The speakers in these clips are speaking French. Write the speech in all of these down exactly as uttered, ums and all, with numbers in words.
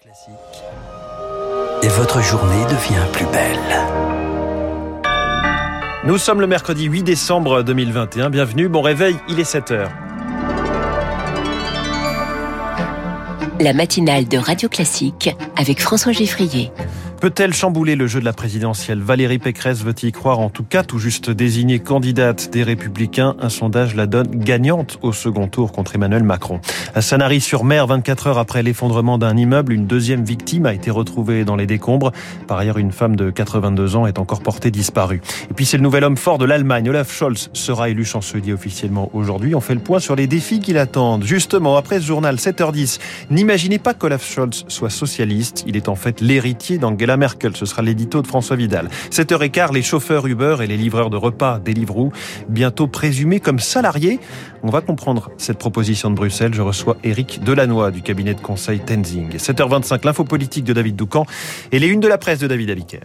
Classique. Et votre journée devient plus belle. Nous sommes le mercredi huit décembre deux mille vingt et un. Bienvenue, bon réveil, il est sept heures. La matinale de Radio Classique avec François Geffrier. Peut-elle chambouler le jeu de la présidentielle ? Valérie Pécresse veut y croire, en tout cas, tout juste désignée candidate des Républicains. Un sondage la donne gagnante au second tour contre Emmanuel Macron. À Sanary-sur-Mer, vingt-quatre heures après l'effondrement d'un immeuble, une deuxième victime a été retrouvée dans les décombres. Par ailleurs, une femme de quatre-vingt-deux ans est encore portée disparue. Et puis c'est le nouvel homme fort de l'Allemagne. Olaf Scholz sera élu chancelier officiellement aujourd'hui. On fait le point sur les défis qui l'attendent. Justement, après ce journal, sept heures dix, n'imaginez pas qu'Olaf Scholz soit socialiste. Il est en fait l'héritier d'Angela Merkel. Ce sera l'édito de François Vidal. sept heures quinze, les chauffeurs Uber et les livreurs de repas Deliveroo, bientôt présumés comme salariés. On va comprendre cette proposition de Bruxelles. Je reçois Éric Delannoy du cabinet de conseil Tenzing. sept heures vingt-cinq, l'info politique de David Doucan et les unes de la presse de David Abiker.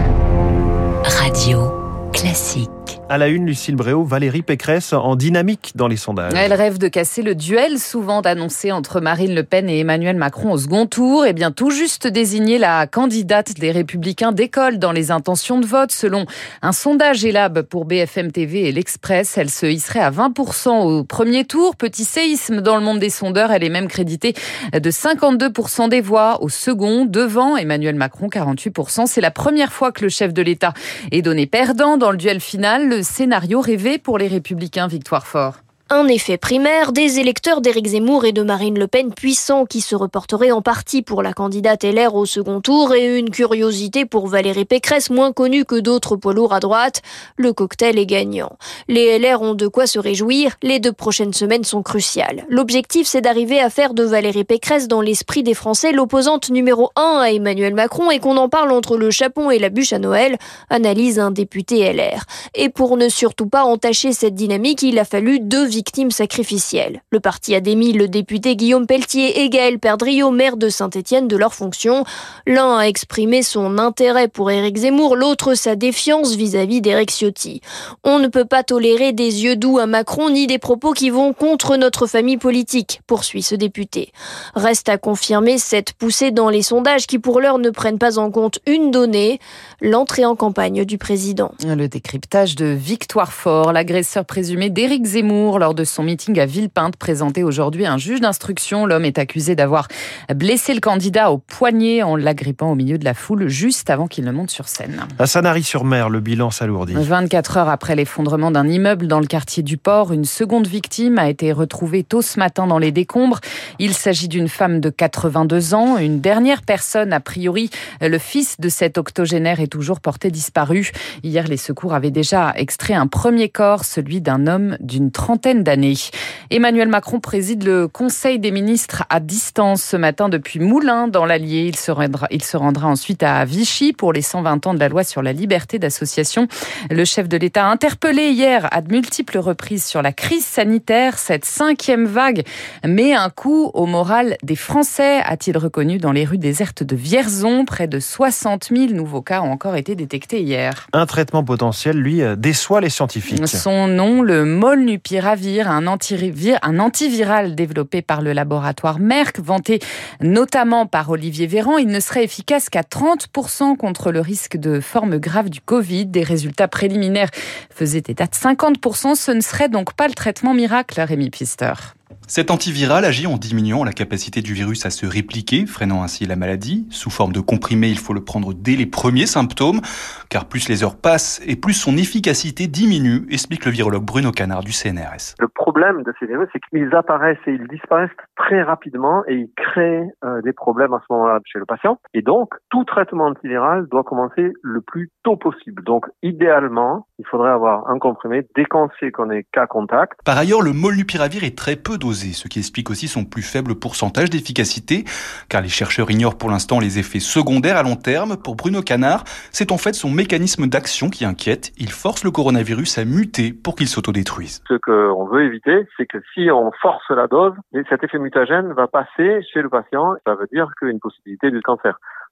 Radio Classique. À la une, Lucille Bréau, Valérie Pécresse en dynamique dans les sondages. Elle rêve de casser le duel souvent annoncé entre Marine Le Pen et Emmanuel Macron au second tour. Et bien tout juste désignée, la candidate des Républicains décolle dans les intentions de vote. Selon un sondage Elab pour B F M T V et l'Express, elle se hisserait à vingt pour cent au premier tour. Petit séisme dans le monde des sondeurs. Elle est même créditée de cinquante-deux pour cent des voix au second, devant Emmanuel Macron, quarante-huit pour cent. C'est la première fois que le chef de l'État est donné perdant dans le duel final. Le scénario rêvé pour les Républicains, Victoire Fort. Un effet primaire, des électeurs d'Éric Zemmour et de Marine Le Pen puissants qui se reporteraient en partie pour la candidate L R au second tour et une curiosité pour Valérie Pécresse, moins connue que d'autres poids lourds à droite. Le cocktail est gagnant. Les L R ont de quoi se réjouir, les deux prochaines semaines sont cruciales. L'objectif, c'est d'arriver à faire de Valérie Pécresse dans l'esprit des Français l'opposante numéro un à Emmanuel Macron et qu'on en parle entre le chapon et la bûche à Noël, analyse un député L R. Et pour ne surtout pas entacher cette dynamique, il a fallu deux victime sacrificielle. Le parti a démis le député Guillaume Pelletier et Gaël Perdriau, maire de Saint-Étienne, de leurs fonctions. L'un a exprimé son intérêt pour Éric Zemmour, l'autre sa défiance vis-à-vis d'Éric Ciotti. On ne peut pas tolérer des yeux doux à Macron ni des propos qui vont contre notre famille politique, poursuit ce député. Reste à confirmer cette poussée dans les sondages qui pour l'heure ne prennent pas en compte une donnée, l'entrée en campagne du président. Le décryptage de Victoire Fort, l'agresseur présumé d'Éric Zemmour lors de son meeting à Villepinte, présenté aujourd'hui à un juge d'instruction. L'homme est accusé d'avoir blessé le candidat au poignet en l'agrippant au milieu de la foule juste avant qu'il ne monte sur scène. À Sanary-sur-Mer, le bilan s'alourdit. vingt-quatre heures après l'effondrement d'un immeuble dans le quartier du Port, une seconde victime a été retrouvée tôt ce matin dans les décombres. Il s'agit d'une femme de quatre-vingt-deux ans. Une dernière personne, a priori le fils de cet octogénaire, est toujours porté disparu. Hier, les secours avaient déjà extrait un premier corps, celui d'un homme d'une trentaine d'années. Emmanuel Macron préside le Conseil des ministres à distance ce matin depuis Moulins dans l'Allier. Il se rendra, il se rendra ensuite à Vichy pour les cent vingt ans de la loi sur la liberté d'association. Le chef de l'État a interpellé hier à de multiples reprises sur la crise sanitaire. Cette cinquième vague met un coup au moral des Français, a-t-il reconnu dans les rues désertes de Vierzon. Près de soixante mille nouveaux cas ont encore été détectés hier. Un traitement potentiel, lui, déçoit les scientifiques. Son nom, le molnupiravir, un, antivir, un antiviral développé par le laboratoire Merck, vanté notamment par Olivier Véran. Il ne serait efficace qu'à trente pour cent contre le risque de forme grave du Covid. Des résultats préliminaires faisaient état de cinquante pour cent. Ce ne serait donc pas le traitement miracle, Rémi Pister. Cet antiviral agit en diminuant la capacité du virus à se répliquer, freinant ainsi la maladie. Sous forme de comprimé, il faut le prendre dès les premiers symptômes, car plus les heures passent et plus son efficacité diminue, explique le virologue Bruno Canard du C N R S. Le problème de ces virus, c'est qu'ils apparaissent et ils disparaissent très rapidement et ils créent euh, des problèmes à ce moment-là chez le patient. Et donc, tout traitement antiviral doit commencer le plus tôt possible. Donc, idéalement, il faudrait avoir un comprimé dès qu'on sait qu'on est cas contact. Par ailleurs, le molnupiravir est très peu dosé, ce qui explique aussi son plus faible pourcentage d'efficacité, car les chercheurs ignorent pour l'instant les effets secondaires à long terme. Pour Bruno Canard, c'est en fait son mécanisme d'action qui inquiète. Il force le coronavirus à muter pour qu'il s'autodétruise. Ce qu'on veut éviter, c'est que si on force la dose, cet effet mutagène va passer chez le patient. Ça veut dire qu'il y a une possibilité de cancer.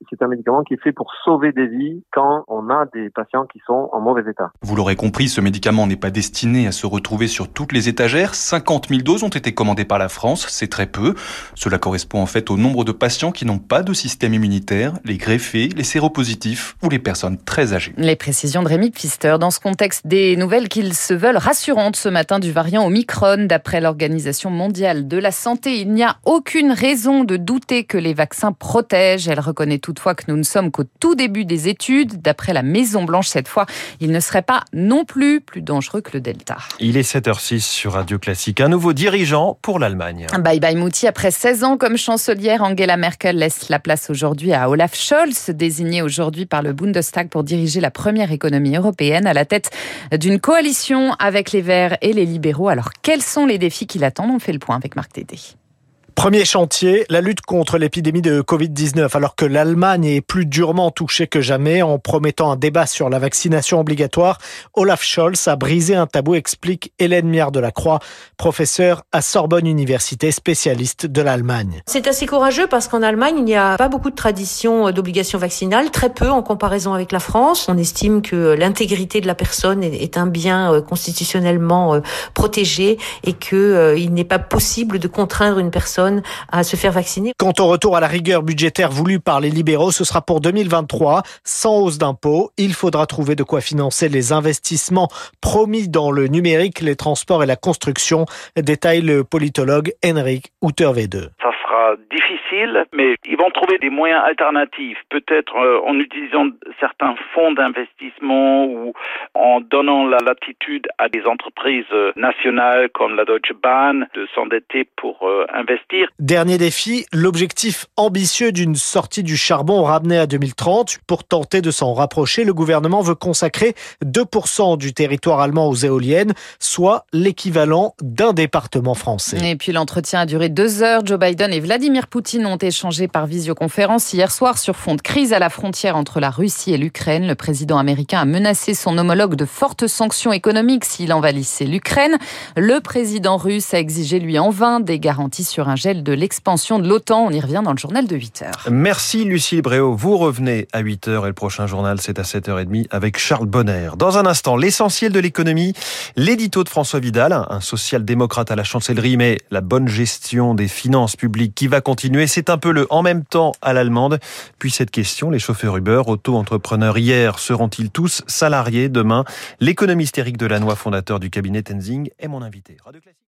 c'est un médicament qui est fait pour sauver des vies quand on a des patients qui sont en mauvais état. Vous l'aurez compris, ce médicament n'est pas destiné à se retrouver sur toutes les étagères. cinquante mille doses ont été commandées par la France, c'est très peu. Cela correspond en fait au nombre de patients qui n'ont pas de système immunitaire, les greffés, les séropositifs ou les personnes très âgées. Les précisions de Rémi Pfister. Dans ce contexte, des nouvelles qui se veulent rassurantes ce matin du variant Omicron. D'après l'Organisation mondiale de la santé, il n'y a aucune raison de douter que les vaccins protègent. Elle reconnaît toutefois que nous ne sommes qu'au tout début des études. D'après la Maison-Blanche, cette fois, il ne serait pas non plus plus dangereux que le Delta. Il est sept heures six sur Radio Classique. Un nouveau dirigeant pour l'Allemagne. Bye bye Mouti. Après seize ans comme chancelière, Angela Merkel laisse la place aujourd'hui à Olaf Scholz, désigné aujourd'hui par le Bundestag pour diriger la première économie européenne à la tête d'une coalition avec les Verts et les libéraux. Alors, quels sont les défis qui l'attendent ? On fait le point avec Marc Tédé. Premier chantier, la lutte contre l'épidémie de covid dix-neuf, alors que l'Allemagne est plus durement touchée que jamais. En promettant un débat sur la vaccination obligatoire, Olaf Scholz a brisé un tabou, explique Hélène Miard de la Croix, professeure à Sorbonne Université, spécialiste de l'Allemagne. C'est assez courageux parce qu'en Allemagne, il n'y a pas beaucoup de tradition d'obligation vaccinale, très peu en comparaison avec la France. On estime que l'intégrité de la personne est un bien constitutionnellement protégé et qu'il n'est pas possible de contraindre une personne à se faire vacciner. Quant au retour à la rigueur budgétaire voulue par les libéraux, ce sera pour deux mille vingt-trois, sans hausse d'impôts. Il faudra trouver de quoi financer les investissements promis dans le numérique, les transports et la construction, détaille le politologue Henrik Uterwede. Ça sera difficile, mais ils vont trouver des moyens alternatifs, peut-être euh, en utilisant certains fonds d'investissement ou en donnant la latitude à des entreprises nationales comme la Deutsche Bahn de s'endetter pour euh, investir. Dernier défi, l'objectif ambitieux d'une sortie du charbon ramené à deux mille trente. Pour tenter de s'en rapprocher, le gouvernement veut consacrer deux pour cent du territoire allemand aux éoliennes, soit l'équivalent d'un département français. Et puis l'entretien a duré deux heures. Joe Biden et Vladimir Poutine ont échangé par visioconférence hier soir sur fond de crise à la frontière entre la Russie et l'Ukraine. Le président américain a menacé son homologue de fortes sanctions économiques s'il envahissait l'Ukraine. Le président russe a exigé lui en vain des garanties sur un gel de l'expansion de l'OTAN. On y revient dans le journal de huit heures. Merci Lucille Bréau. Vous revenez à huit heures et le prochain journal c'est à sept heures trente avec Charles Bonner. Dans un instant, l'essentiel de l'économie, l'édito de François Vidal, un social-démocrate à la chancellerie, mais la bonne gestion des finances publiques qui va continuer. C'est un peu le en même temps à l'allemande. Puis cette question, les chauffeurs Uber, auto-entrepreneurs hier, seront-ils tous salariés demain ? L'économiste Éric Delannoy, fondateur du cabinet Tenzing, est mon invité. Radio Classique.